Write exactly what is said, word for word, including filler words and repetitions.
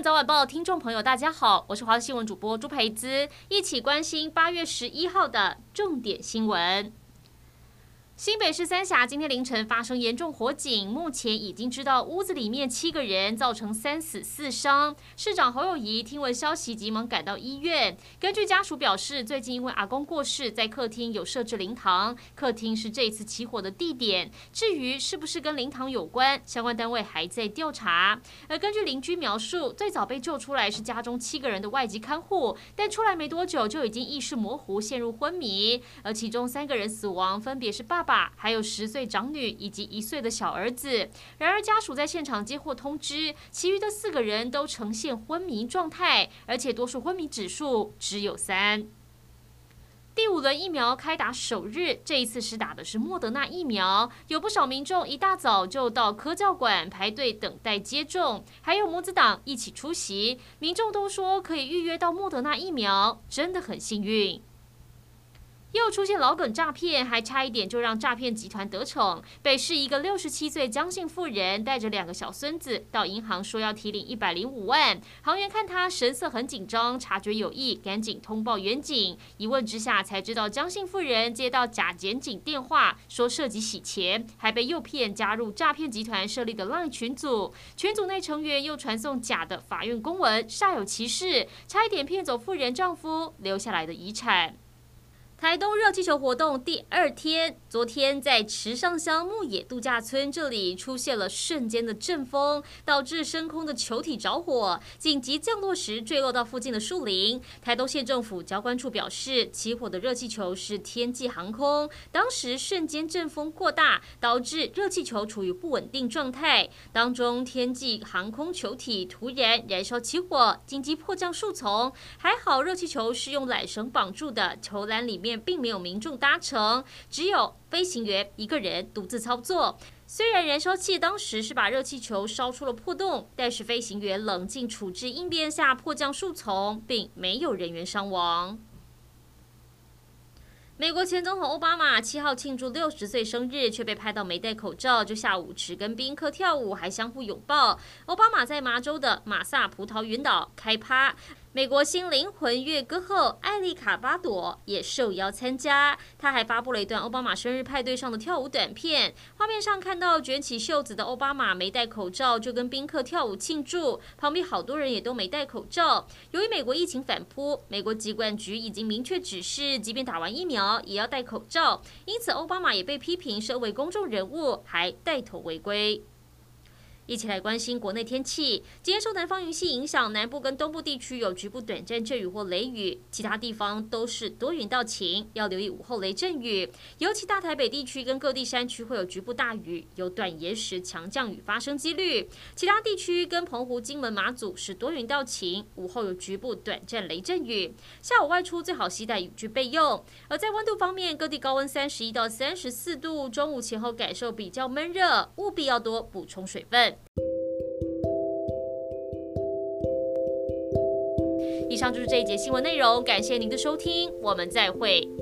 闻早晚报，听众朋友，大家好，我是华视新闻主播朱培姿，一起关心八月十一号的重点新闻。新北市三峡今天凌晨发生严重火警，目前已经知道屋子里面七个人，造成三死四伤。市长侯友宜听闻消息，急忙赶到医院。根据家属表示，最近因为阿公过世，在客厅有设置灵堂，客厅是这次起火的地点。至于是不是跟灵堂有关，相关单位还在调查。而根据邻居描述，最早被救出来是家中七个人的外籍看护，但出来没多久就已经意识模糊，陷入昏迷。而其中三个人死亡，分别是爸爸。还有十岁长女以及一岁的小儿子。然而家属在现场接获通知，其余的四个人都呈现昏迷状态，而且多数昏迷指数只有三。第五轮疫苗开打首日，这一次施打的是莫德纳疫苗，有不少民众一大早就到科教馆排队等待接种，还有母子党一起出席。民众都说可以预约到莫德纳疫苗，真的很幸运。又出现老梗诈骗，还差一点就让诈骗集团得逞。北市一个六十七岁江姓妇人带着两个小孙子到银行说要提领一百零五万，行员看他神色很紧张，察觉有异，赶紧通报员警。一问之下才知道江姓妇人接到假检警电话，说涉及洗钱，还被诱骗加入诈骗集团设立的 LINE 群组，群组内成员又传送假的法院公文，煞有其事，差一点骗走妇人丈夫留下来的遗产。台东热气球活动第二天，昨天在池上乡牧野度假村这里出现了瞬间的阵风，导致升空的球体着火，紧急降落时坠落到附近的树林。台东县政府交管处表示，起火的热气球是天际航空，当时瞬间阵风过大，导致热气球处于不稳定状态，当中天际航空球体突然燃烧起火，紧急迫降树丛。还好热气球是用缆绳绑住的，球篮里面并没有民众搭乘，只有飞行员一个人独自操作。虽然燃烧器当时是把热气球烧出了破洞，但是飞行员冷静处置应变下迫降树丛，并没有人员伤亡。美国前总统奥巴马七号庆祝六十岁生日，却被拍到没戴口罩，就下午池跟宾客跳舞，还相互拥抱。奥巴马在麻州的马萨葡萄园岛开趴。美国新灵魂乐歌后艾丽卡巴朵也受邀参加，她还发布了一段奥巴马生日派对上的跳舞短片。画面上看到卷起袖子的奥巴马没戴口罩，就跟宾客跳舞庆祝，旁边好多人也都没戴口罩。由于美国疫情反扑，美国疾管局已经明确指示，即便打完疫苗也要戴口罩，因此奥巴马也被批评身为公众人物还带头违规。一起来关心国内天气。今天受南方云系影响，南部跟东部地区有局部短暂阵雨或雷雨，其他地方都是多云到晴，要留意午后雷阵雨。尤其大台北地区跟各地山区会有局部大雨，有短延时强降雨发生几率。其他地区跟澎湖、金门、马祖是多云到晴，午后有局部短暂雷阵雨。下午外出最好携带雨具备用。而在温度方面，各地高温三十一到三十四度，中午前后感受比较闷热，务必要多补充水分。以上就是这一节新闻内容，感谢您的收听，我们再会。